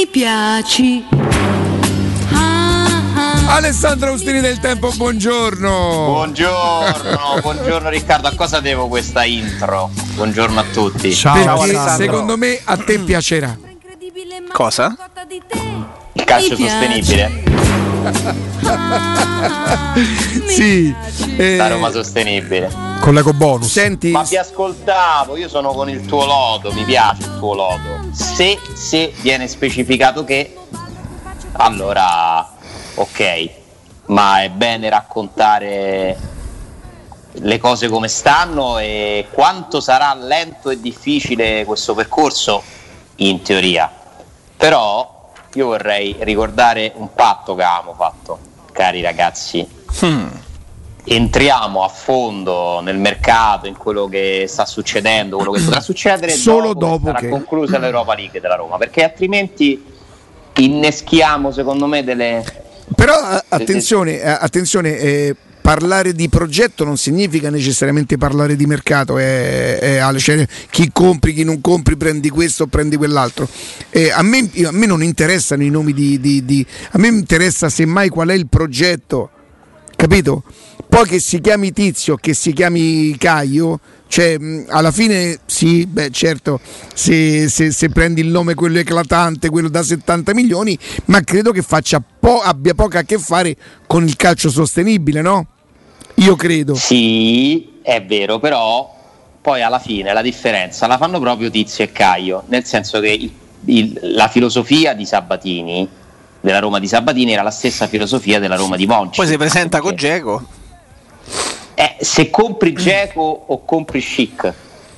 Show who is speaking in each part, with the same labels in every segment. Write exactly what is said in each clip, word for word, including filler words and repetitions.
Speaker 1: piaci.
Speaker 2: Alessandro Austini del Tempo, buongiorno.
Speaker 3: Buongiorno, buongiorno Riccardo, a cosa devo questa intro? Buongiorno a tutti.
Speaker 2: Ciao, perché secondo me a te piacerà.
Speaker 4: Cosa?
Speaker 3: Il calcio sostenibile.
Speaker 2: Sì, eh,
Speaker 3: La Roma sostenibile.
Speaker 2: con l'ecobonus. Senti,
Speaker 3: Ma vi ascoltavo, io sono con il tuo lodo, mi piace il tuo lodo. Se, se viene specificato che, allora ok, ma è bene raccontare le cose come stanno e quanto sarà lento e difficile questo percorso, in teoria. Però io vorrei ricordare un patto che avevamo fatto, cari ragazzi. Hmm. Entriamo a fondo nel mercato, in quello che sta succedendo, quello che potrà succedere
Speaker 2: solo
Speaker 3: dopo,
Speaker 2: dopo
Speaker 3: che sarà
Speaker 2: che
Speaker 3: conclusa l'Europa League della Roma, perché altrimenti inneschiamo, secondo me, delle...
Speaker 2: Però a- attenzione, a- attenzione eh, parlare di progetto non significa necessariamente parlare di mercato, è, è, è, cioè, chi compri, chi non compri, prendi questo o prendi quell'altro. Eh, a, me, a me non interessano i nomi di, di, di... A me interessa semmai qual è il progetto, capito? Poi che si chiami Tizio, che si chiami Caio, cioè mh, alla fine sì, beh certo, se, se, se prendi il nome quello eclatante, quello da settanta milioni, ma credo che faccia po- abbia poco a che fare con il calcio sostenibile, no? Io credo.
Speaker 3: Sì, è vero, però poi alla fine la differenza la fanno proprio Tizio e Caio, nel senso che il, il, la filosofia di Sabatini, della Roma di Sabatini, era la stessa filosofia della Roma di Monchi.
Speaker 4: Poi si presenta con Dzeko.
Speaker 3: Eh, se compri Dzeko o compri Schick,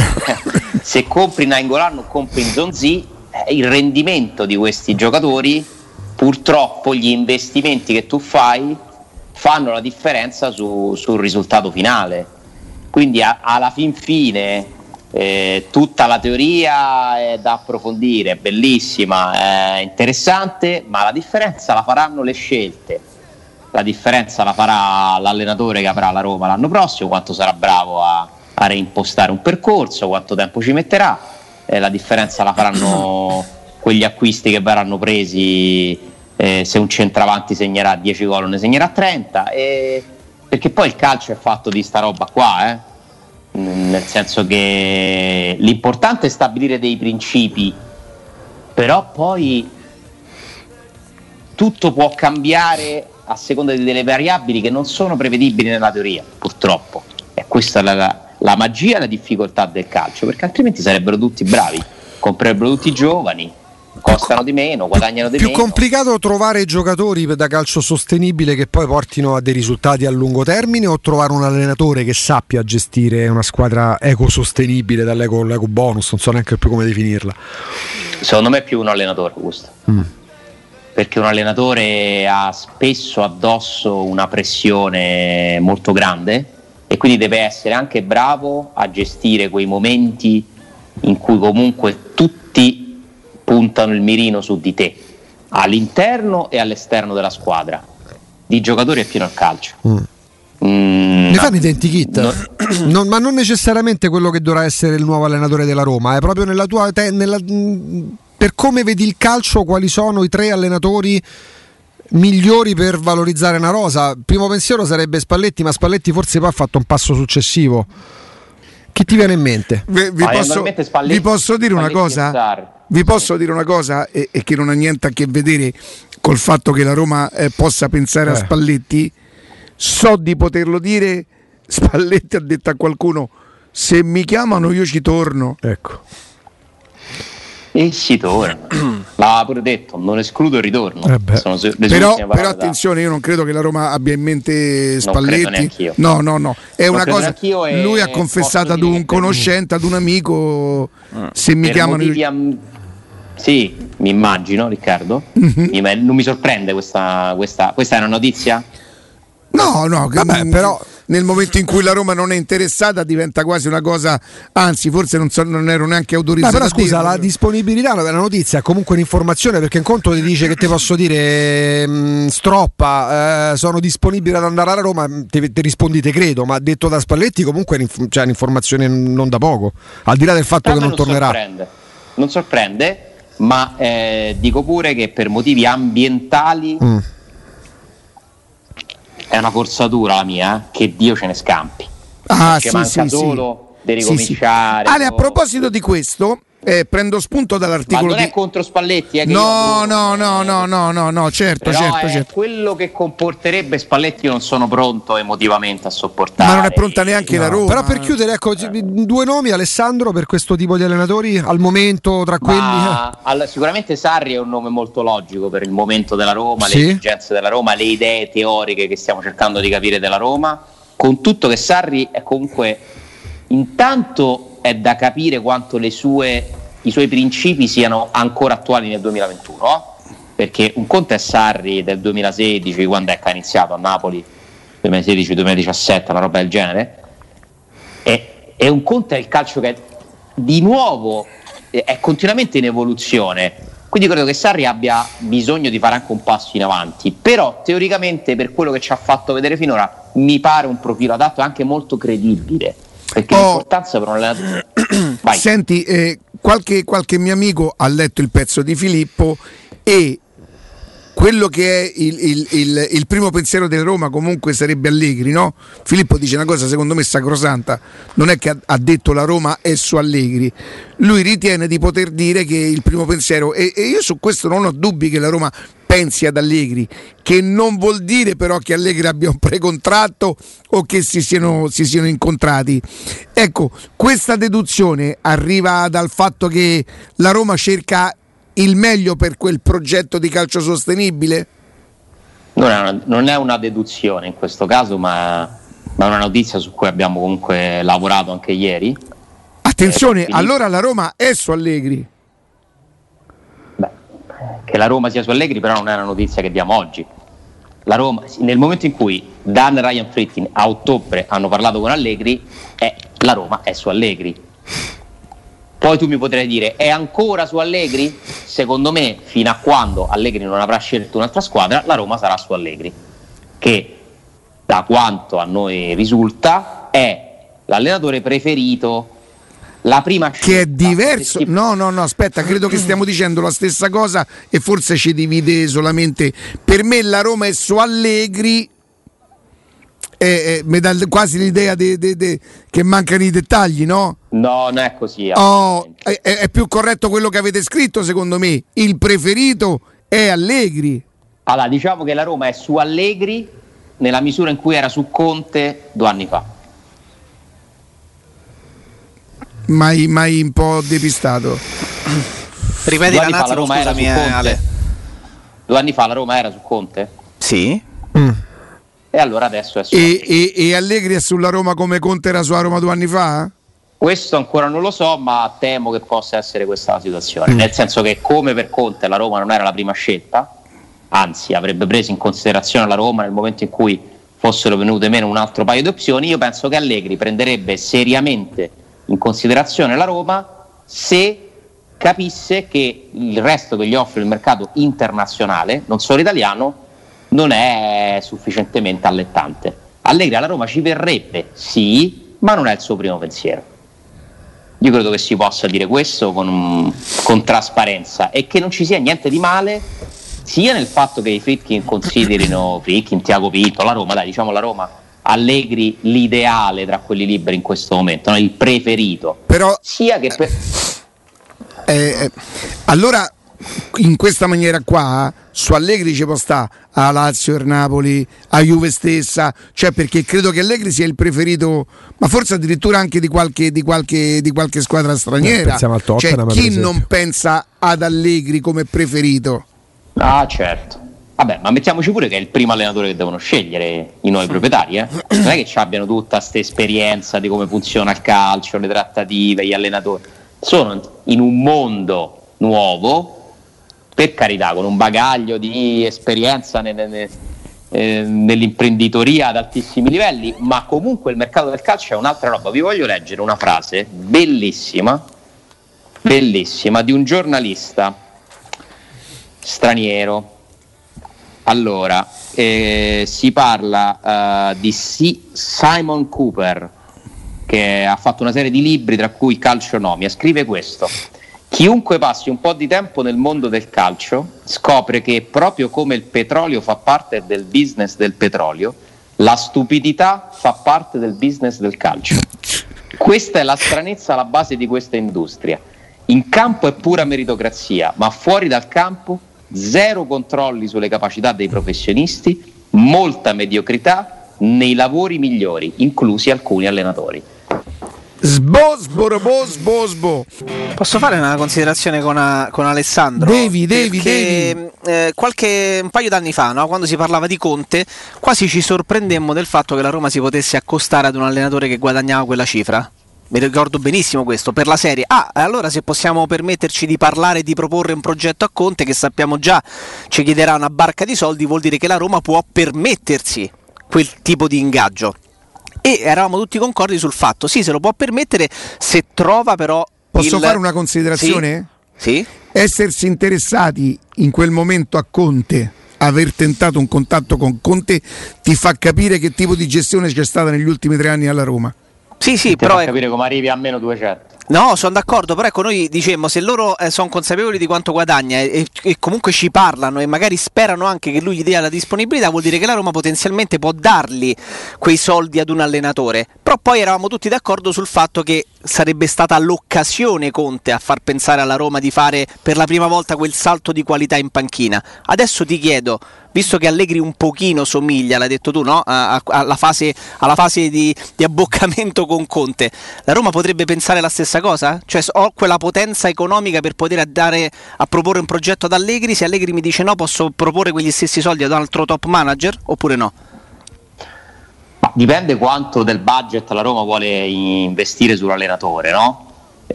Speaker 3: se compri Nainggolan o compri Nzonzi, eh, il rendimento di questi giocatori, purtroppo gli investimenti che tu fai fanno la differenza su, sul risultato finale. Quindi a, alla fin fine eh, tutta la teoria è da approfondire, è bellissima, è interessante, ma la differenza la faranno le scelte. La differenza la farà l'allenatore che avrà la Roma l'anno prossimo, quanto sarà bravo a, a reimpostare un percorso, quanto tempo ci metterà. Eh, la differenza la faranno quegli acquisti che verranno presi, eh, se un centravanti segnerà dieci gol o ne segnerà trenta, e, perché poi il calcio è fatto di sta roba qua, eh? Nel senso che l'importante è stabilire dei principi, però poi tutto può cambiare a seconda di delle variabili che non sono prevedibili nella teoria, purtroppo. E questa è la, la, la magia e la difficoltà del calcio, perché altrimenti sarebbero tutti bravi, comprerebbero tutti giovani, costano di meno, guadagnano di
Speaker 5: più
Speaker 3: meno.
Speaker 5: Più complicato trovare giocatori da calcio sostenibile che poi portino a dei risultati a lungo termine, o trovare un allenatore che sappia gestire una squadra ecosostenibile dall'eco l'eco bonus, non so neanche più come definirla.
Speaker 3: Secondo me è più un allenatore questo. Mm. Perché un allenatore ha spesso addosso una pressione molto grande e quindi deve essere anche bravo a gestire quei momenti in cui comunque tutti puntano il mirino su di te, all'interno e all'esterno della squadra. Di giocatori è pieno il calcio. Mm.
Speaker 5: Mm, ne fanno identikit, no. non, ma non necessariamente quello che dovrà essere il nuovo allenatore della Roma, è proprio nella tua te, nella, per come vedi il calcio, quali sono i tre allenatori migliori per valorizzare una rosa. Primo pensiero sarebbe Spalletti, ma Spalletti forse poi ha fatto un passo successivo. Chi ti viene in mente?
Speaker 2: Vi, vi, posso, vi posso dire una cosa? Vi posso dire una cosa e, e che non ha niente a che vedere col fatto che la Roma eh, possa pensare eh. a Spalletti. So di poterlo dire. Spalletti ha detto a qualcuno: se mi chiamano io ci torno.
Speaker 5: Ecco.
Speaker 3: E si torna. L'ha pure detto, non escludo il ritorno.
Speaker 2: Eh Sono le però però attenzione, io non credo che la Roma abbia in mente Spalletti. No, no, no. È non una cosa. Lui ha confessato ad un conoscente, ad un amico. Mm. Se mi
Speaker 3: per
Speaker 2: chiamano. Io...
Speaker 3: Am... Sì, mi immagino, Riccardo. Mm-hmm. Non mi sorprende questa, questa. Questa è una notizia?
Speaker 2: No, no,
Speaker 5: vabbè,
Speaker 2: mh,
Speaker 5: però
Speaker 2: nel momento in cui la Roma non è interessata diventa quasi una cosa, anzi forse non, so, non ero neanche autorizzato.
Speaker 5: Ma però scusa, la disponibilità della notizia è comunque un'informazione, perché in conto ti dice che ti posso dire mh, stroppa, eh, sono disponibile ad andare alla Roma, ti, ti rispondi te credo, ma detto da Spalletti comunque è cioè, un'informazione non da poco, al di là del fatto
Speaker 3: però
Speaker 5: che non,
Speaker 3: non
Speaker 5: tornerà.
Speaker 3: Sorprende. Non sorprende, ma eh, dico pure che per motivi ambientali mm. è una forzatura la mia, eh, che Dio ce ne scampi.
Speaker 2: Ah,
Speaker 3: perché
Speaker 2: sì,
Speaker 3: manca
Speaker 2: sì,
Speaker 3: solo
Speaker 2: sì.
Speaker 3: di ricominciare.
Speaker 2: Sì, sì. Ale, a proposito di questo, eh, prendo spunto dall'articolo.
Speaker 3: Ma non
Speaker 2: di...
Speaker 3: è contro Spalletti, eh, che
Speaker 2: no,
Speaker 3: io
Speaker 2: no, no, no, no, no, no, certo,
Speaker 3: però
Speaker 2: certo,
Speaker 3: è
Speaker 2: certo.
Speaker 3: quello che comporterebbe Spalletti. Io non sono pronto emotivamente a sopportare.
Speaker 2: Ma non è pronta neanche
Speaker 5: no.
Speaker 2: la Roma.
Speaker 5: Però per chiudere, ecco, due nomi, Alessandro, per questo tipo di allenatori al momento tra quelli.
Speaker 3: Ma, eh. allora, sicuramente Sarri è un nome molto logico per il momento della Roma,
Speaker 5: sì.
Speaker 3: le esigenze della Roma, le idee teoriche che stiamo cercando di capire della Roma. Con tutto che Sarri è comunque, intanto è da capire quanto le sue i suoi principi siano ancora attuali nel duemilaventuno, perché un conto è Sarri del duemilasedici, quando è che ha iniziato a Napoli, duemilasedici duemiladiciassette, una roba del genere, e, e un conto è il calcio che è, di nuovo è continuamente in evoluzione, quindi credo che Sarri abbia bisogno di fare anche un passo in avanti, però teoricamente per quello che ci ha fatto vedere finora mi pare un profilo adatto e anche molto credibile, perché oh. l'importanza per un allenatore. Vai.
Speaker 2: Senti, eh, qualche, qualche mio amico ha letto il pezzo di Filippo e quello che è il, il, il, il primo pensiero della Roma comunque sarebbe Allegri, no? Filippo dice una cosa secondo me sacrosanta, non è che ha, ha detto la Roma è su Allegri, lui ritiene di poter dire che il primo pensiero, e, e io su questo non ho dubbi che la Roma pensi ad Allegri, che non vuol dire però che Allegri abbia un precontratto o che si siano, si siano incontrati. Ecco, questa deduzione arriva dal fatto che la Roma cerca il meglio per quel progetto di calcio sostenibile?
Speaker 3: Non è una, non è una deduzione in questo caso, ma, ma è una notizia su cui abbiamo comunque lavorato anche ieri.
Speaker 2: Attenzione, eh, allora la Roma è su Allegri.
Speaker 3: Beh, che la Roma sia su Allegri però non è una notizia che diamo oggi. La Roma, nel momento in cui Dan e Ryan Fritkin a ottobre hanno parlato con Allegri, eh, la Roma è su Allegri. Poi tu mi potrai dire, è ancora su Allegri? Secondo me, fino a quando Allegri non avrà scelto un'altra squadra, la Roma sarà su Allegri, che da quanto a noi risulta è l'allenatore preferito, la prima scelta.
Speaker 2: Che è diverso? No, no, no, aspetta, credo che stiamo dicendo la stessa cosa e forse ci divide solamente. Per me la Roma è su Allegri. Eh, eh, mi dà quasi l'idea de, de, de, che mancano i dettagli, no?
Speaker 3: No, non è così.
Speaker 2: Oh, è, è più corretto quello che avete scritto, secondo me. Il preferito è Allegri.
Speaker 3: Allora, diciamo che la Roma è su Allegri nella misura in cui era su Conte due anni fa.
Speaker 2: Mai, mai un po' depistato.
Speaker 4: Ripeti
Speaker 3: la
Speaker 4: la
Speaker 3: Roma era su Conte. Due anni fa la Roma era su Conte?
Speaker 4: Sì.
Speaker 2: Mm.
Speaker 3: E allora adesso è su
Speaker 2: e, e, e Allegri è sulla Roma come Conte era sulla Roma due anni fa?
Speaker 3: Questo ancora non lo so, ma temo che possa essere questa la situazione, mm. nel senso che come per Conte la Roma non era la prima scelta, anzi avrebbe preso in considerazione la Roma nel momento in cui fossero venute meno un altro paio di opzioni. Io penso che Allegri prenderebbe seriamente in considerazione la Roma se capisse che il resto che gli offre il mercato internazionale, non solo italiano, non è sufficientemente allettante. Allegri alla Roma ci verrebbe, sì, ma non è il suo primo pensiero. Io credo che si possa dire questo con, con trasparenza e che non ci sia niente di male sia nel fatto che i Fritkin considerino Fritkin, Tiago Pinto, la Roma, dai, diciamo la Roma, Allegri l'ideale tra quelli liberi in questo momento, no? Il preferito.
Speaker 2: Però,
Speaker 3: sia che per...
Speaker 2: eh, allora in questa maniera qua su Allegri ci può stare a Lazio, a Napoli, a Juve stessa, cioè perché credo che Allegri sia il preferito, ma forse addirittura anche di qualche, di qualche, di qualche squadra straniera.
Speaker 5: Pensiamo al Tottenham,
Speaker 2: cioè, chi non pensa ad Allegri come preferito?
Speaker 3: Ah, certo. Vabbè, ma mettiamoci pure che è il primo allenatore che devono scegliere i nuovi proprietari, eh? Non è che ci abbiano tutta questa esperienza di come funziona il calcio, le trattative, gli allenatori. Sono in un mondo nuovo, per carità, con un bagaglio di esperienza ne, ne, eh, nell'imprenditoria ad altissimi livelli, ma comunque il mercato del calcio è un'altra roba. Vi voglio leggere una frase bellissima, bellissima, di un giornalista straniero. Allora, eh, si parla uh, di C- Simon Cooper, che ha fatto una serie di libri, tra cui Calcionomia. Scrive questo: Chiunque passi un po' di tempo nel mondo del calcio scopre che proprio come il petrolio fa parte del business del petrolio, la stupidità fa parte del business del calcio. Questa è la stranezza alla base di questa industria. In campo è pura meritocrazia, ma fuori dal campo zero controlli sulle capacità dei professionisti, molta mediocrità nei lavori migliori, inclusi alcuni allenatori.
Speaker 2: Sbosbo, sbosbo.
Speaker 4: Posso fare una considerazione con, a, con Alessandro?
Speaker 2: Devi, devi,
Speaker 4: Perché,
Speaker 2: devi.
Speaker 4: Eh, qualche un paio d'anni fa, no? Quando si parlava di Conte, quasi ci sorprendemmo del fatto che la Roma si potesse accostare ad un allenatore che guadagnava quella cifra. Mi ricordo benissimo questo, per la serie. Ah, allora se possiamo permetterci di parlare e di proporre un progetto a Conte che sappiamo già ci chiederà una barca di soldi, vuol dire che la Roma può permettersi quel tipo di ingaggio. E eravamo tutti concordi sul fatto, sì, se lo può permettere se trova però...
Speaker 2: Posso
Speaker 4: il...
Speaker 2: fare una considerazione?
Speaker 4: Sì? Sì?
Speaker 2: Essersi interessati in quel momento a Conte, aver tentato un contatto con Conte, ti fa capire che tipo di gestione c'è stata negli ultimi tre anni alla Roma.
Speaker 4: Sì, sì,
Speaker 3: ti
Speaker 4: però
Speaker 3: fa
Speaker 4: è...
Speaker 3: capire come arrivi a meno duecento.
Speaker 4: No, sono d'accordo, però ecco, noi dicemmo, se loro eh, sono consapevoli di quanto guadagna e, e comunque ci parlano e magari sperano anche che lui gli dia la disponibilità, vuol dire che la Roma potenzialmente può dargli quei soldi ad un allenatore. Però poi eravamo tutti d'accordo sul fatto che sarebbe stata l'occasione Conte a far pensare alla Roma di fare per la prima volta quel salto di qualità in panchina. Adesso ti chiedo, visto che Allegri un pochino somiglia, l'hai detto tu, no? A, a, alla fase, alla fase di, di abboccamento con Conte, la Roma potrebbe pensare la stessa cosa? Cioè ho quella potenza economica per poter andare a proporre un progetto ad Allegri, se Allegri mi dice no posso proporre quegli stessi soldi ad un altro top manager oppure no?
Speaker 3: Ma dipende quanto del budget la Roma vuole investire sull'allenatore, no?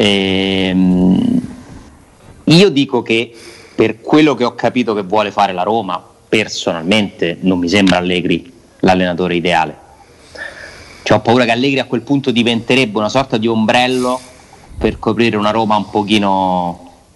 Speaker 3: Ehm, io dico che per quello che ho capito che vuole fare la Roma, personalmente non mi sembra Allegri l'allenatore ideale. Cioè, ho paura che Allegri a quel punto diventerebbe una sorta di ombrello per coprire una Roma un pochino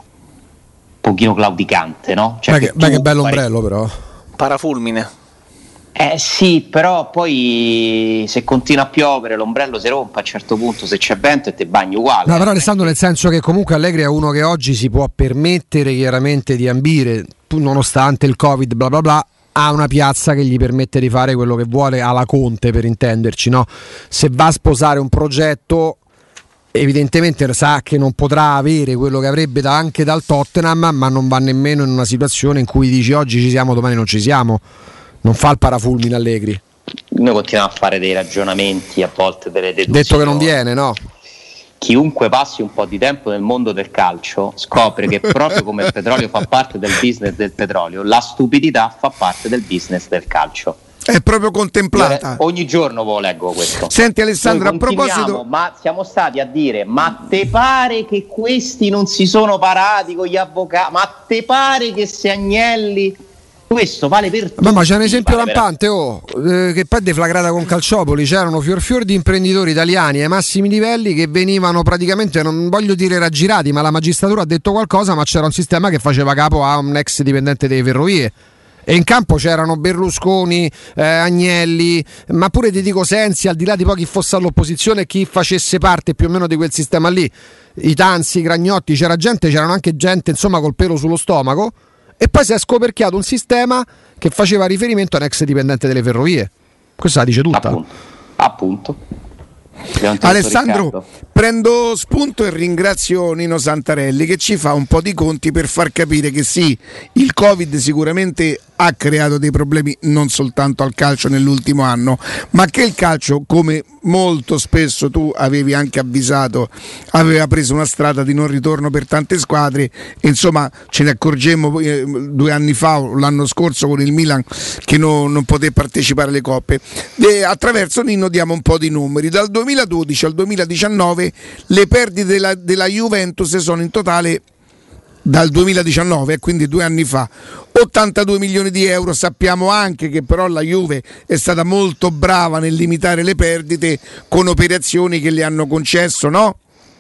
Speaker 3: un pochino claudicante, no? Cioè,
Speaker 5: ma che, che, che bello
Speaker 3: fare...
Speaker 5: ombrello però.
Speaker 4: Parafulmine.
Speaker 3: Eh sì, però poi se continua a piovere l'ombrello si rompe a un certo punto, se c'è vento e te bagni uguale.
Speaker 5: No, però Alessandro, nel senso che comunque Allegri è uno che oggi si può permettere chiaramente di ambire, nonostante il Covid bla bla bla, ha una piazza che gli permette di fare quello che vuole alla Conte, per intenderci, no? Se va a sposare un progetto evidentemente sa che non potrà avere quello che avrebbe da, anche dal Tottenham, ma non va nemmeno in una situazione in cui dici oggi ci siamo, domani non ci siamo. Non fa il parafulmine Allegri.
Speaker 3: Noi continuiamo a fare dei ragionamenti, a volte delle deduzioni.
Speaker 5: Detto che non viene, no?
Speaker 3: Chiunque passi un po' di tempo nel mondo del calcio scopre che proprio come il petrolio fa parte del business del petrolio, la stupidità fa parte del business del calcio.
Speaker 2: È proprio contemplata.
Speaker 3: Io ogni giorno ve lo leggo questo.
Speaker 2: Senti Alessandro, a proposito,
Speaker 3: ma siamo stati a dire, ma te pare che questi non si sono parati con gli avvocati? Ma te pare che se Agnelli... Questo vale per tutti.
Speaker 5: Ma, ma c'è un esempio
Speaker 3: vale
Speaker 5: lampante, oh, eh, che poi è deflagrata con Calciopoli. C'erano fior fior di imprenditori italiani ai massimi livelli che venivano praticamente, non voglio dire raggirati, ma la magistratura ha detto qualcosa, ma c'era un sistema che faceva capo a un ex dipendente delle ferrovie. E in campo c'erano Berlusconi, eh, Agnelli, ma pure ti dico Sensi, al di là di poi chi fosse all'opposizione e chi facesse parte più o meno di quel sistema lì, i Tanzi, i Gragnotti, c'era gente, c'erano anche gente insomma col pelo sullo stomaco. E poi si è scoperchiato un sistema che faceva riferimento a un ex dipendente delle ferrovie. Questa la dice tutta.
Speaker 3: Appunto. Appunto.
Speaker 2: Alessandro, prendo spunto e ringrazio Nino Santarelli che ci fa un po' di conti per far capire che sì, il Covid sicuramente ha creato dei problemi non soltanto al calcio nell'ultimo anno, ma che il calcio, come molto spesso tu avevi anche avvisato, aveva preso una strada di non ritorno per tante squadre. E insomma ce ne accorgemmo eh, due anni fa, l'anno scorso con il Milan, che no, non poté partecipare alle coppe. E attraverso Nino diamo un po' di numeri. Dal duemiladodici al duemiladiciannove le perdite della, della Juventus sono in totale, dal duemiladiciannove, quindi due anni fa, ottantadue milioni di euro. Sappiamo anche che però la Juve è stata molto brava nel limitare le perdite con operazioni che le hanno concesso, no?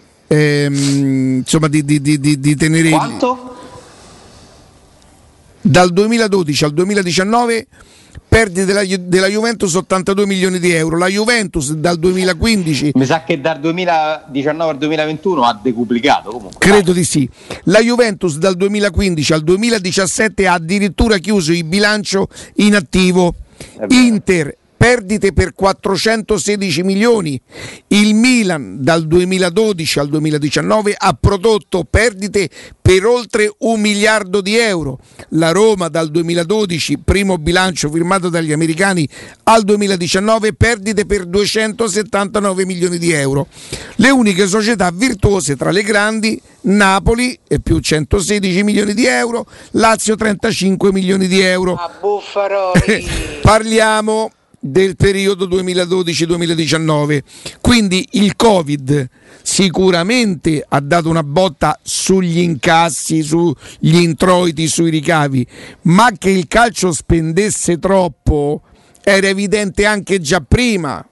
Speaker 2: Ehm, insomma di, di, di, di tenere...
Speaker 3: Quanto?
Speaker 2: Dal duemiladodici al duemiladiciannove perdite della, della Juventus ottantadue milioni di euro. La Juventus dal duemilaquindici,
Speaker 3: mi sa che dal duemiladiciannove al duemilaventuno ha decuplicato comunque.
Speaker 2: Credo di sì. La Juventus dal duemilaquindici al duemiladiciassette ha addirittura chiuso il bilancio in attivo. Inter perdite per quattrocentosedici milioni. Il Milan dal duemiladodici al duemiladiciannove ha prodotto perdite per oltre un miliardo di euro. La Roma dal duemiladodici, primo bilancio firmato dagli americani, al duemiladiciannove perdite per duecentosettantanove milioni di euro. Le uniche società virtuose tra le grandi: Napoli e più centosedici milioni di euro, Lazio trentacinque milioni di euro.
Speaker 3: A Buffaroli.
Speaker 2: Parliamo del periodo duemiladodici duemiladiciannove. Quindi il Covid sicuramente ha dato una botta sugli incassi, sugli introiti, sui ricavi, ma che il calcio spendesse troppo era evidente anche già prima.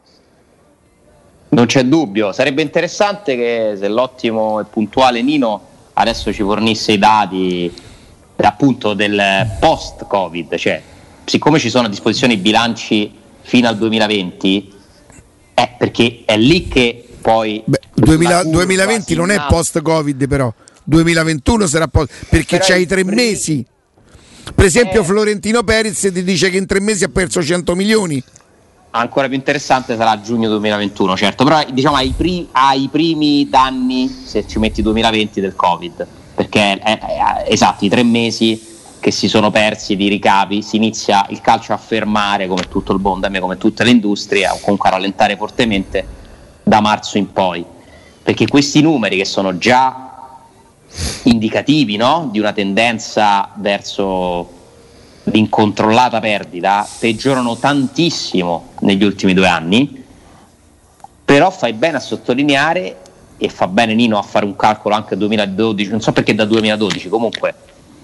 Speaker 3: Non c'è dubbio. Sarebbe interessante che, se l'ottimo e puntuale Nino adesso ci fornisse i dati appunto del post-Covid, cioè siccome ci sono a disposizione i bilanci fino al duemilaventi, è perché è lì che poi
Speaker 2: Beh, duemila, duemilaventi non è post-Covid, però duemilaventuno sarà post, perché però c'hai i tre mesi. Per esempio eh, Florentino Perez ti dice che in tre mesi ha perso cento milioni.
Speaker 3: Ancora più interessante sarà giugno duemilaventuno, certo, però diciamo ai, pri- ai primi danni, se ci metti duemilaventi, del Covid, perché è, è, è, esatto, i tre mesi che si sono persi di ricavi, si inizia il calcio a fermare come tutto il mondo, come tutte le industrie, o comunque a rallentare fortemente da marzo in poi, perché questi numeri, che sono già indicativi, no? Di una tendenza verso l'incontrollata perdita, peggiorano tantissimo negli ultimi due anni. Però fai bene a sottolineare, e fa bene Nino a fare un calcolo anche duemiladodici, non so perché da duemiladodici, comunque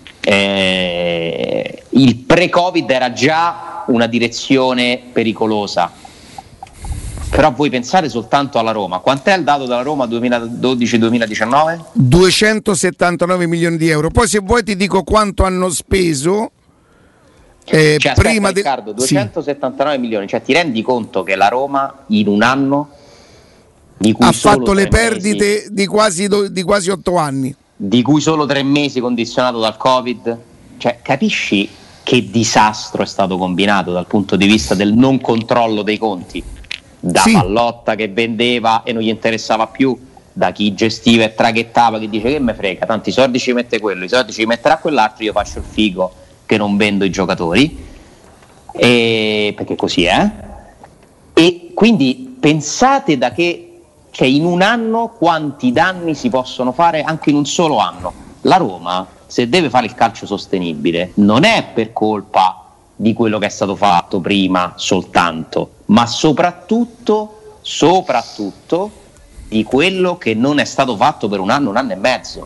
Speaker 3: Eh, il pre-Covid era già una direzione pericolosa. Però voi pensate soltanto alla Roma. Quant'è il dato della Roma duemiladodici duemiladiciannove?
Speaker 2: duecentosettantanove milioni di euro. Poi se vuoi ti dico quanto hanno speso eh,
Speaker 3: cioè,
Speaker 2: prima
Speaker 3: aspetta,
Speaker 2: de-
Speaker 3: Riccardo, duecentosettantanove sì. milioni. Cioè ti rendi conto che la Roma in un anno di cui
Speaker 2: ha
Speaker 3: solo
Speaker 2: fatto le perdite
Speaker 3: mesi,
Speaker 2: di quasi, do- di quasi otto anni,
Speaker 3: di cui solo tre mesi condizionato dal Covid, cioè capisci che disastro è stato combinato dal punto di vista del non controllo dei conti, da sì. Pallotta che vendeva e non gli interessava più, da chi gestiva e traghettava, che dice che me frega, tanti soldi ci mette quello, i soldi ci metterà quell'altro, io faccio il figo che non vendo i giocatori, e perché così è. E quindi pensate da che, cioè in un anno quanti danni si possono fare anche in un solo anno. La Roma, se deve fare il calcio sostenibile, non è per colpa di quello che è stato fatto prima soltanto, ma soprattutto soprattutto di quello che non è stato fatto per un anno, un anno e mezzo.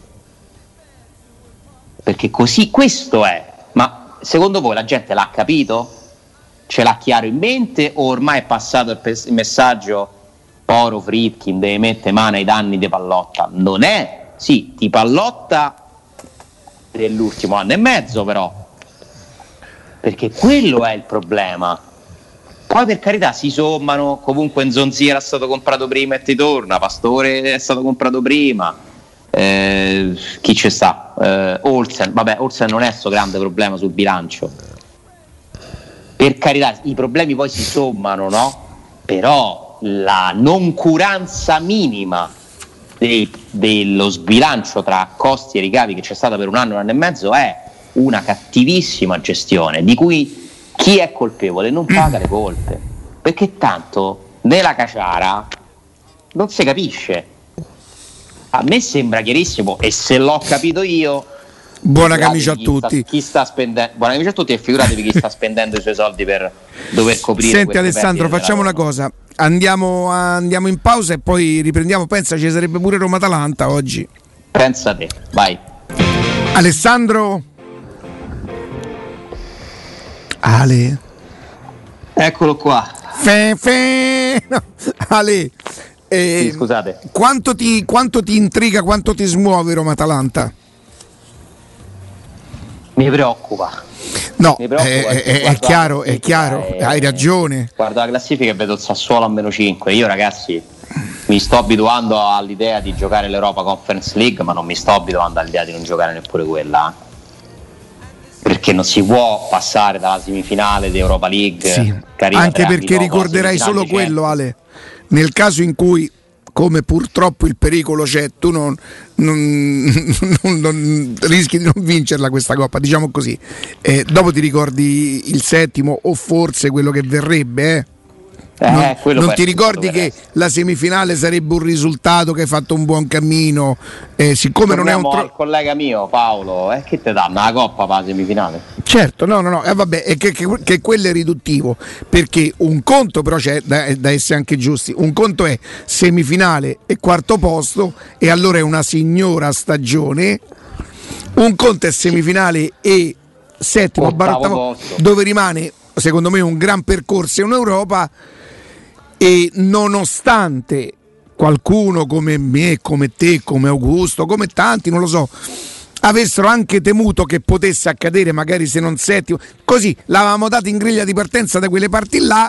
Speaker 3: Perché così questo è. Ma secondo voi la gente l'ha capito? Ce l'ha chiaro in mente, o ormai è passato il, pes- il messaggio: Poro Fritkin deve mettere mano ai danni di Pallotta? Non è, sì, di Pallotta dell'ultimo anno e mezzo, però, perché quello è il problema. Poi per carità si sommano, comunque Nzonzi era stato comprato prima e ti torna, Pastore è stato comprato prima, eh, chi ci sta? Eh, Olsen, vabbè, Olsen non è sto grande problema sul bilancio, per carità, i problemi poi si sommano, no? Però la noncuranza minima dei, dello sbilancio tra costi e ricavi che c'è stata per un anno, un anno e mezzo, è una cattivissima gestione di cui chi è colpevole non paga le colpe, perché tanto nella caciara non si capisce. A me sembra chiarissimo, e se l'ho capito io,
Speaker 2: buona camicia a tutti.
Speaker 3: Sta, chi sta spendendo, buona camicia a tutti, e figuratevi chi sta spendendo i suoi soldi per dover coprire.
Speaker 2: Senti Alessandro, facciamo una cosa, andiamo, andiamo in pausa e poi riprendiamo. Pensa, ci sarebbe pure Roma-Atalanta oggi.
Speaker 3: Pensa te, vai.
Speaker 2: Alessandro? Ale?
Speaker 3: Eccolo qua.
Speaker 2: Fe, fe. No. Ale, eh,
Speaker 3: sì, scusate.
Speaker 2: Quanto ti, quanto ti intriga, quanto ti smuove Roma-Atalanta?
Speaker 3: Mi preoccupa.
Speaker 2: No, è, è, è chiaro, è chiaro, e, hai ragione.
Speaker 3: Guardo la classifica e vedo il Sassuolo a meno cinque. Io, ragazzi, mi sto abituando all'idea di giocare l'Europa Conference League, ma non mi sto abituando all'idea di non giocare neppure quella. Perché non si può passare dalla semifinale di Europa League.
Speaker 2: Sì. Anche perché ricorderai solo quello, Ale. Nel caso in cui, come purtroppo il pericolo c'è, tu non, non, non, non rischi di non vincerla questa coppa, diciamo così. Eh, dopo ti ricordi il settimo o forse quello che verrebbe, eh? Non, eh, non ti ricordi che la semifinale sarebbe un risultato che hai fatto un buon cammino, eh, siccome
Speaker 3: Torniamo
Speaker 2: non è un tro-
Speaker 3: al collega mio Paolo, eh, che te danno la coppa per la semifinale?
Speaker 2: Certo, no, no, no, eh, vabbè, è che, che, che quello è riduttivo, perché un conto però c'è da, da essere anche giusti, un conto è semifinale e quarto posto e allora è una signora stagione, un conto è semifinale e settimo barottavo, dove rimane secondo me un gran percorso in Europa. E nonostante qualcuno come me, come te, come Augusto, come tanti, non lo so, avessero anche temuto che potesse accadere magari se non settimo, così l'avevamo dato in griglia di partenza da quelle parti là,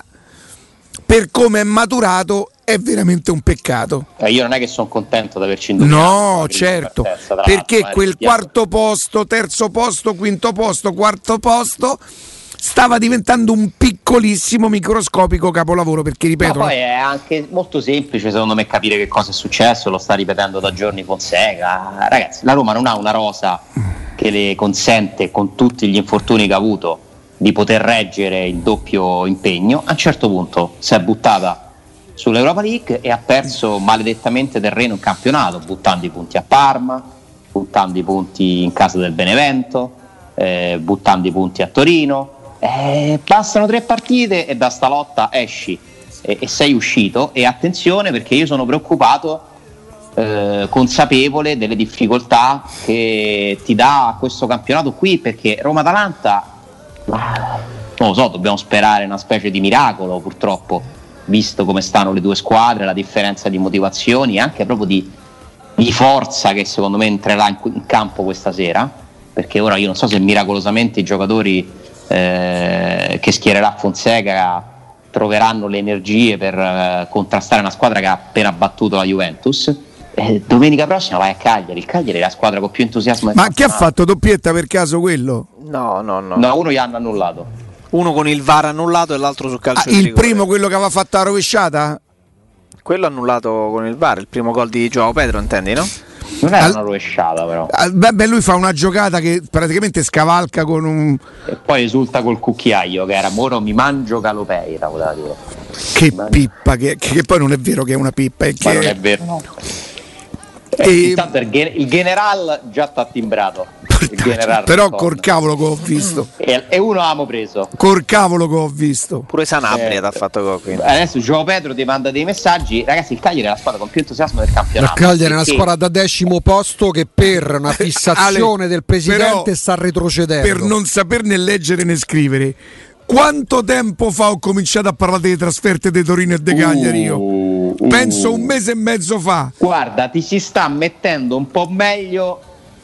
Speaker 2: per come è maturato è veramente un peccato.
Speaker 3: Eh, io non è che sono contento di averci indovinato.
Speaker 2: No, certo, perché quel quarto posto, terzo posto, quinto posto, quarto posto stava diventando un piccolissimo microscopico capolavoro, perché ripeto,
Speaker 3: ma poi è anche molto semplice secondo me capire che cosa è successo, lo sta ripetendo da giorni Fonseca. Ragazzi, la Roma non ha una rosa che le consente, con tutti gli infortuni che ha avuto, di poter reggere il doppio impegno. A un certo punto si è buttata sull'Europa League e ha perso maledettamente terreno in campionato, buttando i punti a Parma, buttando i punti in casa del Benevento, eh, buttando i punti a Torino. Eh, bastano tre partite e da sta lotta esci e, e sei uscito. E attenzione, perché io sono preoccupato, eh, consapevole delle difficoltà che ti dà questo campionato qui, perché Roma-Atalanta, non lo so, dobbiamo sperare una specie di miracolo, purtroppo, visto come stanno le due squadre, la differenza di motivazioni e anche proprio di, di forza che secondo me entrerà in, in campo questa sera, perché ora io non so se miracolosamente i giocatori Eh, che schiererà Fonseca troveranno le energie per eh, contrastare una squadra che ha appena battuto la Juventus. Eh, domenica prossima vai a Cagliari, il Cagliari è la squadra con più entusiasmo.
Speaker 2: Ma che ha fatto doppietta per caso quello?
Speaker 4: No, no, no.
Speaker 3: No, uno gli hanno annullato.
Speaker 4: Uno con il V A R annullato e l'altro sul calcio
Speaker 2: ah,
Speaker 4: di
Speaker 2: il
Speaker 4: rigore.
Speaker 2: primo, quello che aveva fatto la rovesciata?
Speaker 4: Quello annullato con il V A R, il primo gol di Joao Pedro, intendi, no?
Speaker 3: Non era Al... una rovesciata, però.
Speaker 2: Beh, lui fa una giocata che praticamente scavalca con un.
Speaker 3: E poi esulta col cucchiaio, che era Moro mi mangio Calopeira.
Speaker 2: Che pippa, che, che poi non è vero che è una pippa. È che...
Speaker 3: Ma non è vero, no.
Speaker 2: E...
Speaker 3: Eh, intanto il, gen- il general già t'ha timbrato. Il general
Speaker 2: però col cavolo che ho visto.
Speaker 3: E, e uno amo preso.
Speaker 2: Col cavolo che ho visto.
Speaker 4: Pure Sanabria
Speaker 3: eh,
Speaker 4: t'ha fatto gol.
Speaker 3: Adesso Gio Pedro ti manda dei messaggi. Ragazzi, il Cagliari è la squadra con più entusiasmo del campionato.
Speaker 5: Il Cagliari è una squadra da decimo posto che per una fissazione Ale, del presidente sta retrocedendo.
Speaker 2: Per non saperne leggere né scrivere, quanto tempo fa ho cominciato a parlare delle trasferte di Torino e De Cagliari io? Uh, uh, Penso un mese e mezzo fa.
Speaker 3: Guarda, ti si sta mettendo un po' meglio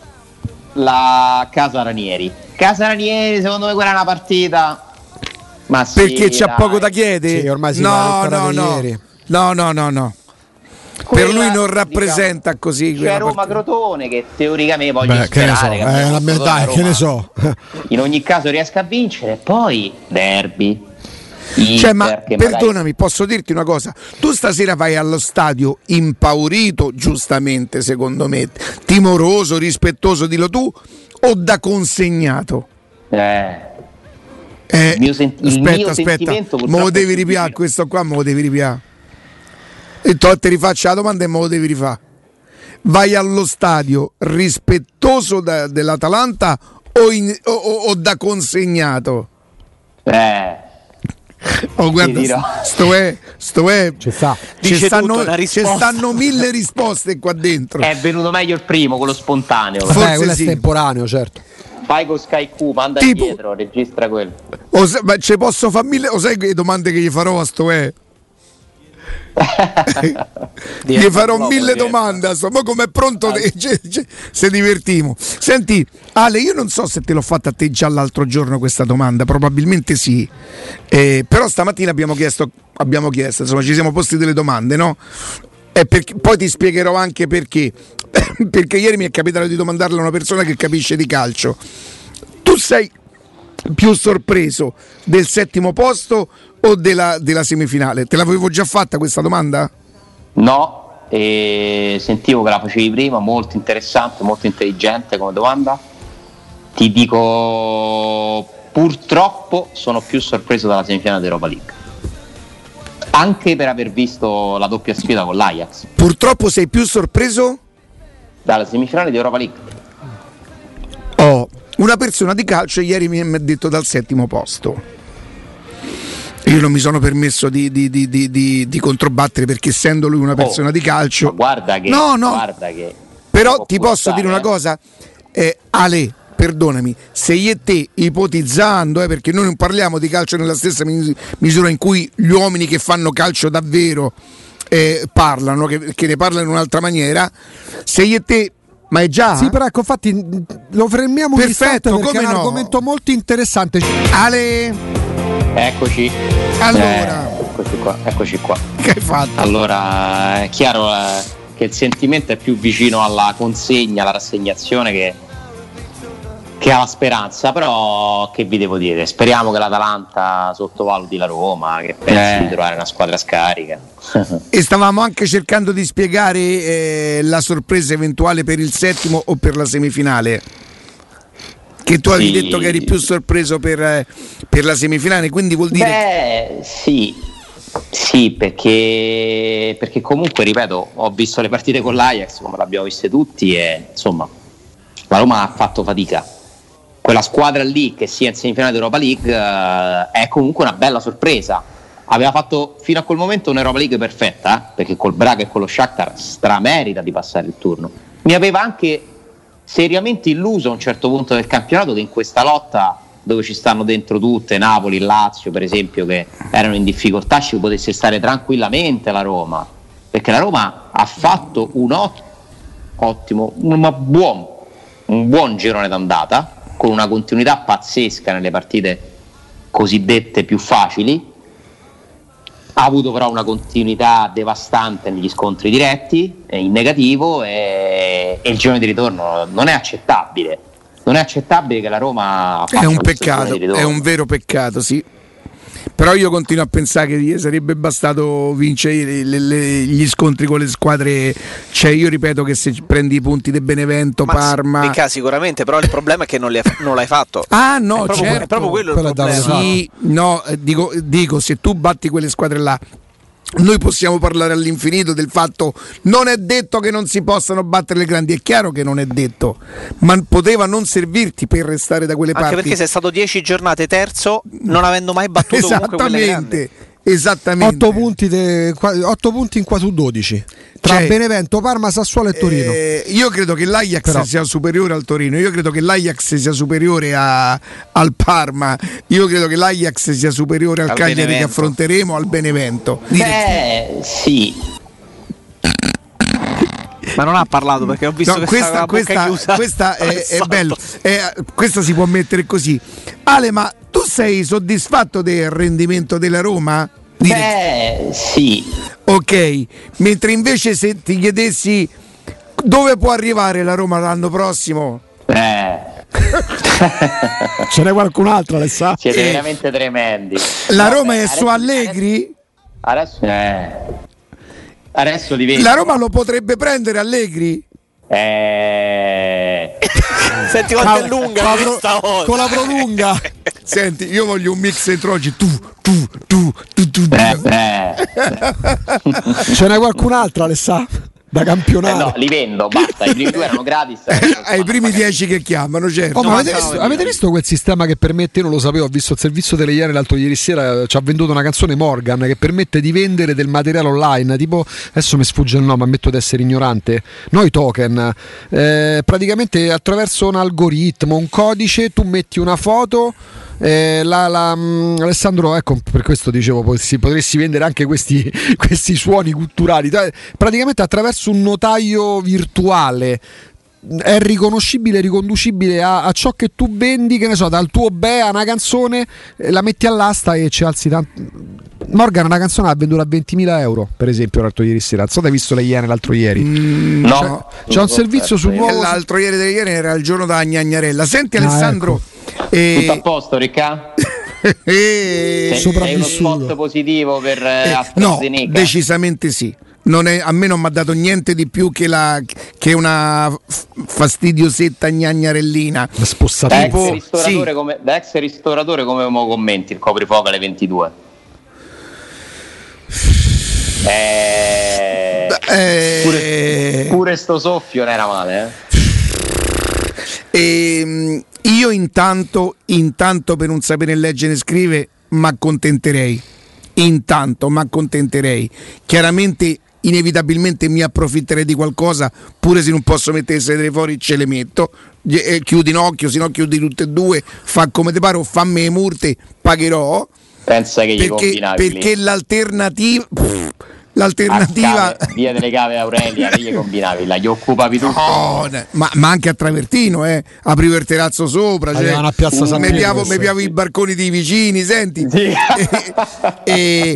Speaker 3: la Casa Ranieri. Casa Ranieri, secondo me quella è una partita. Ma sì,
Speaker 2: perché c'ha
Speaker 3: dai.
Speaker 2: poco da chiedere?
Speaker 5: Sì, ormai si
Speaker 2: no, no, no. no, no, no, no. Quella, per lui non rappresenta, diciamo, così.
Speaker 3: C'è Roma Crotone che teoricamente voglio
Speaker 5: Beh, che ne so,
Speaker 3: che
Speaker 5: eh, la mia, dai, che ne so.
Speaker 3: In ogni caso riesca a vincere, poi derby. Inter,
Speaker 2: cioè, ma perdonami,
Speaker 3: magari...
Speaker 2: posso dirti una cosa? Tu stasera vai allo stadio impaurito, giustamente, secondo me, timoroso, rispettoso, dillo tu, o da consegnato?
Speaker 3: Eh.
Speaker 2: Eh,
Speaker 3: il mio, sen- il
Speaker 2: aspetta,
Speaker 3: mio
Speaker 2: aspetta,
Speaker 3: sentimento
Speaker 2: me lo devi ripiare, questo qua me lo devi ripiare. E tu ti rifaccio la domanda e me lo devi rifare. Vai allo stadio rispettoso da, dell'Atalanta o, in, o, o, o da consegnato?
Speaker 3: Eh.
Speaker 2: Oh, guarda, sto è, sto è,
Speaker 5: ci sta.
Speaker 2: Ci stanno, ci stanno mille risposte qua dentro.
Speaker 3: È venuto meglio il primo, quello spontaneo.
Speaker 5: Vabbè, forse quello sì. È estemporaneo, certo.
Speaker 3: Fai con Sky Q, manda tipo, dietro, registra quello.
Speaker 2: O se, ma ci posso fare mille, o sai che domande che gli farò a sto è? Gli farò mille domande, ma come è pronto ah. c- c- se divertimo. Senti Ale, io non so se te l'ho fatta a te già l'altro giorno questa domanda, probabilmente sì, eh, però stamattina abbiamo chiesto abbiamo chiesto insomma ci siamo posti delle domande, no? E perché, poi ti spiegherò anche perché perché ieri mi è capitato di domandarle a una persona che capisce di calcio: tu sei più sorpreso del settimo posto o della, della semifinale? Te l'avevo già fatta questa domanda?
Speaker 3: No, e sentivo che la facevi prima, molto interessante, molto intelligente come domanda. Ti dico, purtroppo sono più sorpreso dalla semifinale d'Europa League, anche per aver visto la doppia sfida con l'Ajax.
Speaker 2: Purtroppo sei più sorpreso?
Speaker 3: Dalla semifinale d'Europa League.
Speaker 2: Oh, una persona di calcio ieri mi ha detto dal settimo posto. Io non mi sono permesso di, di, di, di, di, di controbattere, perché essendo lui una persona oh, di calcio,
Speaker 3: ma guarda che,
Speaker 2: no, no.
Speaker 3: Guarda che
Speaker 2: però ti posso stare, dire una cosa, eh, Ale, perdonami, se io e te ipotizzando, eh, perché noi non parliamo di calcio nella stessa misura in cui gli uomini che fanno calcio davvero eh, parlano, che, che ne parlano in un'altra maniera, se io e te. Ma è già?
Speaker 5: Sì, però ecco, infatti lo fermiamo un istante perché come è un no? argomento molto interessante.
Speaker 2: Ale,
Speaker 3: eccoci.
Speaker 2: Allora,
Speaker 3: eh, eccoci qua, eccoci qua.
Speaker 2: Che hai fatto?
Speaker 3: Allora, è chiaro eh, che il sentimento è più vicino alla consegna, alla rassegnazione che, che alla speranza, però che vi devo dire? Speriamo che l'Atalanta sottovaluti la Roma, che pensi eh. di trovare una squadra scarica.
Speaker 2: E stavamo anche cercando di spiegare eh, la sorpresa eventuale per il settimo o per la semifinale, che tu sì. avevi detto che eri più sorpreso per, eh, per la semifinale, quindi vuol dire...
Speaker 3: Beh, sì, sì, perché, perché comunque, ripeto, ho visto le partite con l'Ajax, come l'abbiamo viste tutti, e insomma la Roma ha fatto fatica. Quella squadra lì, che sia in semifinale d'Europa League, eh, è comunque una bella sorpresa. Aveva fatto fino a quel momento un'Europa League perfetta, eh? Perché col Braga e con lo Shakhtar stramerita di passare il turno. Mi aveva anche seriamente illuso a un certo punto del campionato che in questa lotta, dove ci stanno dentro tutte, Napoli, Lazio per esempio, che erano in difficoltà, ci potesse stare tranquillamente la Roma, perché la Roma ha fatto un ot- ottimo, un buon, un buon girone d'andata, con una continuità pazzesca nelle partite cosiddette più facili. Ha avuto però una continuità devastante negli scontri diretti, in negativo, e, e il girone di ritorno non è accettabile. Non è accettabile che la Roma faccia
Speaker 2: è un peccato, è un vero peccato, sì. Però io continuo a pensare che gli sarebbe bastato vincere le, le, gli scontri con le squadre. Cioè, io ripeto che se prendi i punti del Benevento, ma Parma,
Speaker 4: mica sicuramente, però il problema è che non, li ha, non l'hai fatto.
Speaker 2: Ah no,
Speaker 4: è proprio,
Speaker 2: certo.
Speaker 4: È proprio quello il problema.
Speaker 2: Sì, no, dico, dico, se tu batti quelle squadre là, noi possiamo parlare all'infinito del fatto non è detto che non si possano battere le grandi, è chiaro che non è detto, ma poteva non servirti per restare da quelle
Speaker 4: anche
Speaker 2: parti,
Speaker 4: anche perché sei stato dieci giornate terzo non avendo mai battuto comunque quelle grandi.
Speaker 2: Esattamente,
Speaker 5: otto punti, de, otto punti in qua su dodici tra cioè, Benevento, Parma, Sassuolo e Torino.
Speaker 2: Eh, io credo che l'Ajax Però. sia superiore al Torino, io credo che l'Ajax sia superiore a, al Parma, io credo che l'Ajax sia superiore al, al Cagliari Benevento. Che affronteremo, al Benevento.
Speaker 3: Beh, sì.
Speaker 4: Ma non ha parlato, perché ho visto
Speaker 2: no,
Speaker 4: che
Speaker 2: questa, questa,
Speaker 4: chiusa.
Speaker 2: Questa è, è bello, è, questa si può mettere così. Ale, ma tu sei soddisfatto del rendimento della Roma?
Speaker 3: Beh, sì.
Speaker 2: Ok, mentre invece se ti chiedessi dove può arrivare la Roma l'anno prossimo?
Speaker 3: Eh.
Speaker 5: Ce n'è qualcun altro, Alessà?
Speaker 3: Siete eh. veramente tremendi.
Speaker 2: La no, Roma beh, è su Allegri?
Speaker 3: Adesso, adesso eh. Adesso li vedo.
Speaker 2: La Roma lo potrebbe prendere Allegri?
Speaker 3: Eh...
Speaker 4: Senti quanto è lunga
Speaker 5: con,
Speaker 4: questa
Speaker 5: pro, con la prolunga.
Speaker 2: Senti, io voglio un mix entro oggi. Tu, tu, tu, tu, tu.
Speaker 3: Eh, eh.
Speaker 5: Ce n'è qualcun altro, Alessà? Da campionato?
Speaker 3: Eh no, li vendo, basta. I primi due erano gratis.
Speaker 2: Ai primi dieci che chiamano, certo.
Speaker 5: Oh, ma avete, visto, avete visto quel sistema che permette? Io non lo sapevo, ho visto il servizio delle Iene l'altro ieri sera, ci ha venduto una canzone Morgan che permette di vendere del materiale online, tipo, adesso mi sfugge il nome, ammetto di essere ignorante, noi token, eh, praticamente attraverso un algoritmo, un codice, tu metti una foto Eh, la, la, mh, Alessandro, ecco, per questo dicevo, potresti, potresti vendere anche questi, questi suoni culturali. Praticamente attraverso un notaio virtuale è riconoscibile, riconducibile a, a ciò che tu vendi, che ne so, dal tuo Bea una canzone, la metti all'asta e ci alzi tanto. Morgan una canzone l'ha venduta a ventimila euro, per esempio, l'altro ieri sera. Non so se hai visto le Iene l'altro ieri.
Speaker 2: Mm,
Speaker 3: no,
Speaker 5: c'è, c'è un servizio sul nuovo.
Speaker 2: L'altro ieri delle Iene era il giorno da Gnagnarella. Senti,
Speaker 5: ah,
Speaker 2: Alessandro.
Speaker 5: Ecco.
Speaker 2: Eh...
Speaker 3: Tutto a posto, Ricca?
Speaker 2: eh...
Speaker 3: Sei uno spot positivo per eh, AstraZeneca?
Speaker 2: No, decisamente sì. Non è, a me non mi ha dato niente di più che, la, che una f- fastidiosetta gnagnarellina.
Speaker 3: Da ex ristoratore, sì. come, da ex ristoratore come mo commenti il coprifuoco alle ventidue? Eh,
Speaker 2: eh,
Speaker 3: pure, pure sto soffio non era male, eh?
Speaker 2: E, io intanto, intanto per non sapere leggere e scrivere mi accontenterei. Intanto mi accontenterei. Chiaramente inevitabilmente mi approfitterei di qualcosa, pure se non posso mettere le sedere fuori ce le metto, eh, chiudi in occhio, se no chiudi tutte e due, fa come te pare o fammi le murte, pagherò.
Speaker 3: Pensa che gli
Speaker 2: perché,
Speaker 3: combinavi
Speaker 2: perché
Speaker 3: lì.
Speaker 2: l'alternativa pff, l'alternativa
Speaker 3: cave, via delle Cave Aurelia che gli combinavi là, gli occupavi tutto.
Speaker 2: No, ma, ma anche a travertino, eh. Aprivo il terrazzo sopra, cioè,
Speaker 5: una piazza San
Speaker 2: mi piavo,
Speaker 5: sì.
Speaker 2: piavo i barconi dei vicini, senti,
Speaker 3: sì.
Speaker 2: e, e,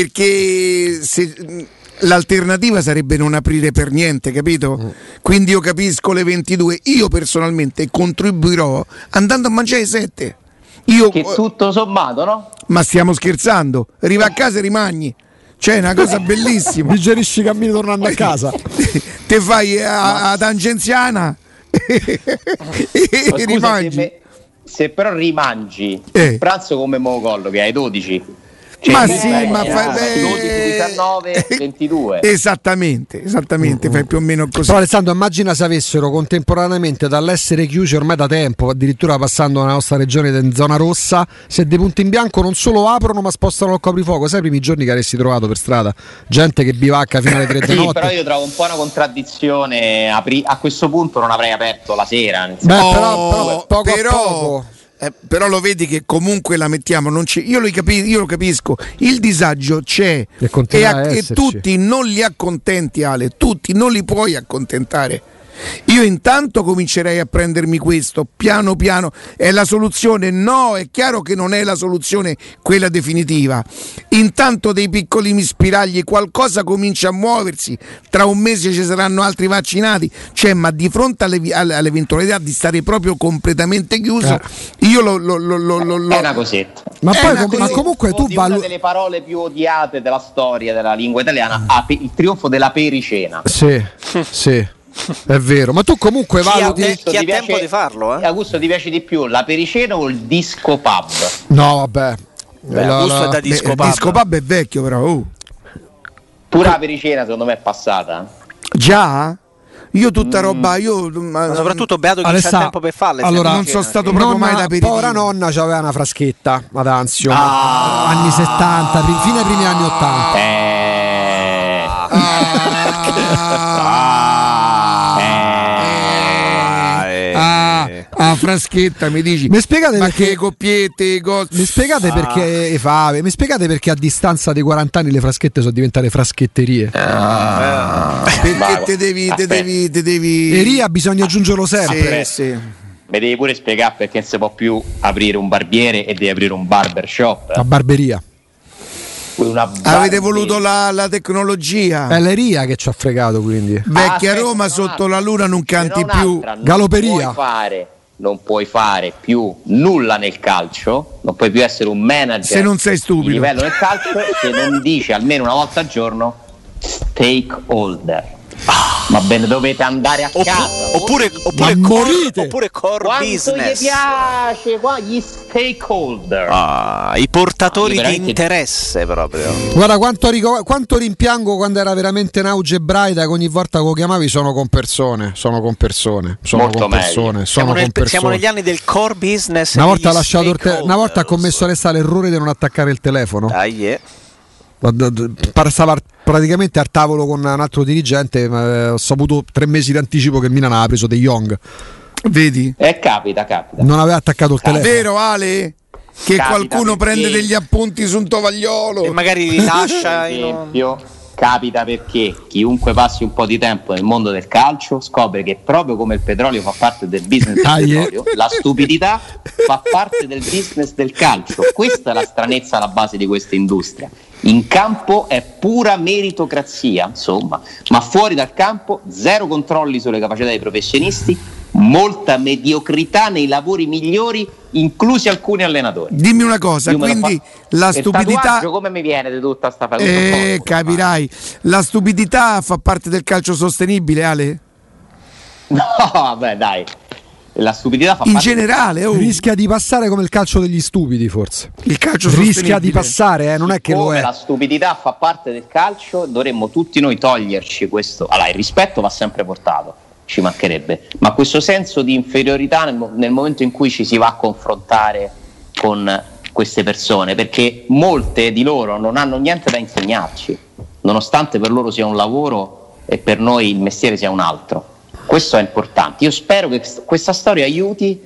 Speaker 2: perché se l'alternativa sarebbe non aprire per niente, capito? Mm. Quindi io capisco le ventidue, io personalmente contribuirò andando a mangiare le sette. Io,
Speaker 3: che tutto sommato, no?
Speaker 2: Ma stiamo scherzando? Arriva a casa e rimagni. Cioè, è una cosa bellissima.
Speaker 5: Digerisci i cammini tornando a casa.
Speaker 2: Te fai a, a tangenziana e
Speaker 3: scusa,
Speaker 2: rimangi.
Speaker 3: Se, me, se però rimangi
Speaker 2: eh.
Speaker 3: il pranzo come Mocollo che hai dodici. Cioè,
Speaker 2: ma
Speaker 3: sì,
Speaker 2: sì, ma
Speaker 3: fai
Speaker 2: fai
Speaker 3: dodici, diciannove, ventidue.
Speaker 2: Esattamente, esattamente, mm-hmm. Fai più o meno così.
Speaker 5: Però Alessandro, immagina se avessero contemporaneamente dall'essere chiusi ormai da tempo, addirittura passando nella nostra regione in zona rossa, se dei punti in bianco non solo aprono ma spostano il coprifuoco. Sai i primi giorni che avresti trovato per strada? Gente che bivacca fino alle tre di
Speaker 3: sì,
Speaker 5: notte.
Speaker 3: Però io trovo un po' una contraddizione. Apri- a questo punto non avrei aperto la sera.
Speaker 5: Beh, però, però, poco
Speaker 2: però...
Speaker 5: a poco.
Speaker 2: Eh, però lo vedi che comunque la mettiamo, non c'è, io, lo capi, io lo capisco, il disagio c'è
Speaker 5: e,
Speaker 2: e, a, e tutti non li accontenti, Ale, tutti non li puoi accontentare. Io intanto comincerei a prendermi questo piano piano. È la soluzione? No, è chiaro che non è la soluzione quella definitiva. Intanto dei piccolini spiragli, qualcosa comincia a muoversi. Tra un mese ci saranno altri vaccinati. Cioè, ma di fronte alle, all'eventualità di stare proprio completamente chiuso, eh. io lo, lo, lo, lo, lo
Speaker 3: è una cosetta.
Speaker 5: Ma poi com- ma comunque tu
Speaker 3: valu-
Speaker 5: una
Speaker 3: delle parole più odiate della storia della lingua italiana, il trionfo della pericena.
Speaker 5: Sì, sì. È vero, ma tu comunque valuti
Speaker 4: chi ha, chi ha piace, tempo di farlo, eh?
Speaker 3: Augusto, ti piace di più la pericena o il disco pub?
Speaker 5: No, vabbè.
Speaker 4: Beh, la, Augusto la, è da disco pub.
Speaker 2: Il disco pub è vecchio, però. Oh.
Speaker 3: Pure la pericena secondo me è passata.
Speaker 2: Già? Io tutta roba, io
Speaker 4: ma soprattutto beato chi
Speaker 5: Alessa,
Speaker 4: c'ha tempo per farle.
Speaker 2: Allora, non sono stato proprio
Speaker 5: nonna,
Speaker 2: mai da aperitivo.
Speaker 5: Povera nonna c'aveva una fraschetta ad Anzio,
Speaker 3: ah.
Speaker 5: anni settanta, fine ai primi anni ottanta.
Speaker 3: Eh.
Speaker 2: Ah. Ah, fraschetta mi dici
Speaker 5: mi spiegate
Speaker 2: ma
Speaker 5: perché
Speaker 2: che coppiette cose.
Speaker 5: Mi spiegate ah. perché fave mi spiegate perché a distanza dei quaranta anni le fraschette sono diventate fraschetterie
Speaker 2: ah. Ah. Perché te devi te devi te devi
Speaker 5: e ria bisogna aggiungerlo sempre.
Speaker 2: Sì, sì.
Speaker 3: Mi devi pure spiegare perché non si può più aprire un barbiere e devi aprire un barbershop.
Speaker 5: La barberia.
Speaker 3: Una
Speaker 2: avete voluto la, la tecnologia.
Speaker 5: È l'Eria che ci ha fregato, quindi
Speaker 2: vecchia
Speaker 3: ah,
Speaker 2: Roma
Speaker 3: aspetta,
Speaker 2: sotto la luna non canti
Speaker 3: non
Speaker 2: più
Speaker 3: non
Speaker 5: Galoperia
Speaker 3: puoi fare, non puoi fare più nulla nel calcio, non puoi più essere un manager
Speaker 2: se non sei stupido
Speaker 3: di livello nel calcio se non dici almeno una volta al giorno stakeholder. Ah. Ma bene, dovete andare a casa
Speaker 4: oppure oppure core, oppure core
Speaker 3: quanto
Speaker 4: business.
Speaker 3: Gli piace qua gli stakeholder,
Speaker 4: ah, i portatori
Speaker 3: ah, veramente...
Speaker 4: di interesse proprio.
Speaker 5: Guarda quanto, rico- quanto rimpiango quando era veramente in auge Braida, che ogni volta che lo chiamavi sono con persone, sono con persone, sono
Speaker 3: Molto
Speaker 5: con persone, sono
Speaker 4: siamo,
Speaker 5: con
Speaker 4: nel,
Speaker 5: persone.
Speaker 4: Siamo negli anni del core business.
Speaker 5: Una volta ha lasciato il te- una volta ha commesso l'errore di non attaccare il telefono.
Speaker 4: Ah, yeah.
Speaker 5: Stava praticamente al tavolo con un altro dirigente, ma ho saputo tre mesi di anticipo che il Milan aveva preso De Jong.
Speaker 2: Vedi?
Speaker 3: Eh, capita, capita.
Speaker 5: Non aveva attaccato il
Speaker 3: capita.
Speaker 5: telefono.
Speaker 2: Vero Ale? che qualcuno prende degli appunti su un tovagliolo
Speaker 4: e magari li lascia.
Speaker 3: Per esempio, capita perché chiunque passi un po' di tempo nel mondo del calcio scopre che proprio come il petrolio fa parte del business del
Speaker 5: Ah, yeah.
Speaker 3: petrolio, la stupidità fa parte del business del calcio. Questa è la stranezza alla base di questa industria. In campo è pura meritocrazia, insomma, ma fuori dal campo zero controlli sulle capacità dei professionisti, molta mediocrità nei lavori migliori, inclusi alcuni allenatori.
Speaker 2: Dimmi una cosa,
Speaker 3: Io me lo
Speaker 2: quindi
Speaker 3: fa-
Speaker 2: la
Speaker 3: il
Speaker 2: stupidità
Speaker 3: tatuaggio come mi viene di tutta sta fatica?
Speaker 2: eh, capirai, la stupidità fa parte del calcio sostenibile, Ale?
Speaker 3: No, vabbè, dai. La stupidità fa
Speaker 2: In
Speaker 3: parte
Speaker 2: generale, oh,
Speaker 5: Rischia di passare come il calcio degli stupidi, forse.
Speaker 2: il calcio
Speaker 5: Rischia
Speaker 2: sostenibile.
Speaker 5: di passare, eh, non è che lo
Speaker 3: Come
Speaker 5: è.
Speaker 3: la stupidità fa parte del calcio, dovremmo tutti noi toglierci questo. Allora, il rispetto va sempre portato, ci mancherebbe, ma questo senso di inferiorità nel, mo- nel momento in cui ci si va a confrontare con queste persone, perché molte di loro non hanno niente da insegnarci, nonostante per loro sia un lavoro e per noi il mestiere sia un altro. Questo è importante. Io spero che questa storia aiuti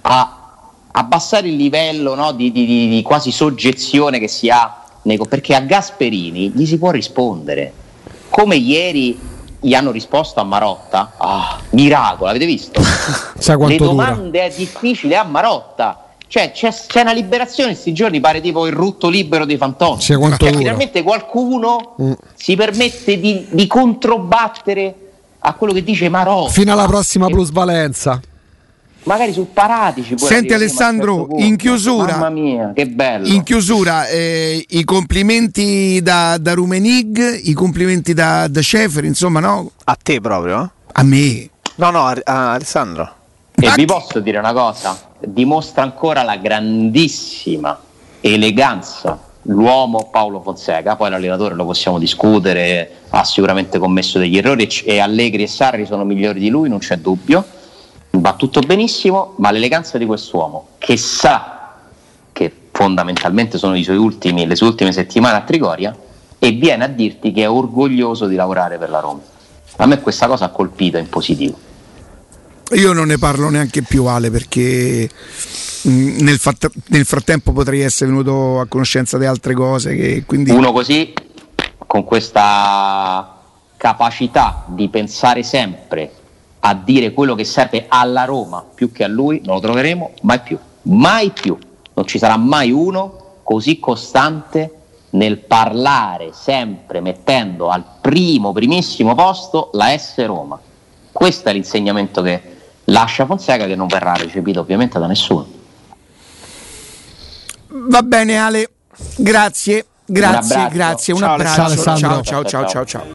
Speaker 3: a abbassare il livello, no, di, di, di, di quasi soggezione che si ha, nei, perché a Gasperini gli si può rispondere. Come ieri gli hanno risposto a Marotta, ah, miracolo, avete visto?
Speaker 5: Sai quanto
Speaker 3: Le
Speaker 5: dura.
Speaker 3: domande è difficile a Marotta. Cioè c'è, c'è una liberazione questi giorni, pare tipo il rutto libero dei fantoni.
Speaker 5: Sai quanto
Speaker 3: Cioè,
Speaker 5: dura.
Speaker 3: finalmente qualcuno
Speaker 5: Mm.
Speaker 3: si permette di, di controbattere a quello che dice Marotta.
Speaker 5: Fino alla prossima
Speaker 3: E
Speaker 5: plusvalenza.
Speaker 3: magari su Paratici. pure
Speaker 2: Senti
Speaker 3: arriveremo a un
Speaker 2: Alessandro,
Speaker 3: certo punto.
Speaker 2: in chiusura,
Speaker 3: Mamma mia, che bello.
Speaker 2: in chiusura eh, i complimenti da, da Rumenig, i complimenti da, da Schaefer, insomma, no?
Speaker 4: A te proprio? eh?
Speaker 2: A me.
Speaker 4: No, no, a, a Alessandro.
Speaker 3: E
Speaker 2: Ma
Speaker 3: vi
Speaker 2: chi-
Speaker 3: posso dire una cosa? Dimostra ancora la grandissima eleganza l'uomo Paolo Fonseca. Poi l'allenatore lo possiamo discutere, ha sicuramente commesso degli errori e Allegri e Sarri sono migliori di lui, non c'è dubbio, va tutto benissimo, ma l'eleganza di quest'uomo che sa che fondamentalmente sono i suoi ultimi, le sue ultime settimane a Trigoria, e viene a dirti che è orgoglioso di lavorare per la Roma. A me questa cosa ha colpito in positivo.
Speaker 2: Io non ne parlo neanche più, Ale, perché mh, nel, fatt- nel frattempo potrei essere venuto a conoscenza di altre cose, che quindi
Speaker 3: Uno così, con questa capacità di pensare sempre a dire quello che serve alla Roma più che a lui, non lo troveremo mai più, mai più. Non ci sarà mai uno così costante nel parlare sempre mettendo al primo, primissimo posto la S Roma. Questo è l'insegnamento che lascia Fonseca, che non verrà recepito ovviamente da nessuno.
Speaker 2: va bene Ale, grazie, grazie,
Speaker 3: abbraccio.
Speaker 2: grazie, un
Speaker 3: Ciao,
Speaker 2: abbraccio,
Speaker 5: Alessandro.
Speaker 2: ciao ciao ciao ciao ciao.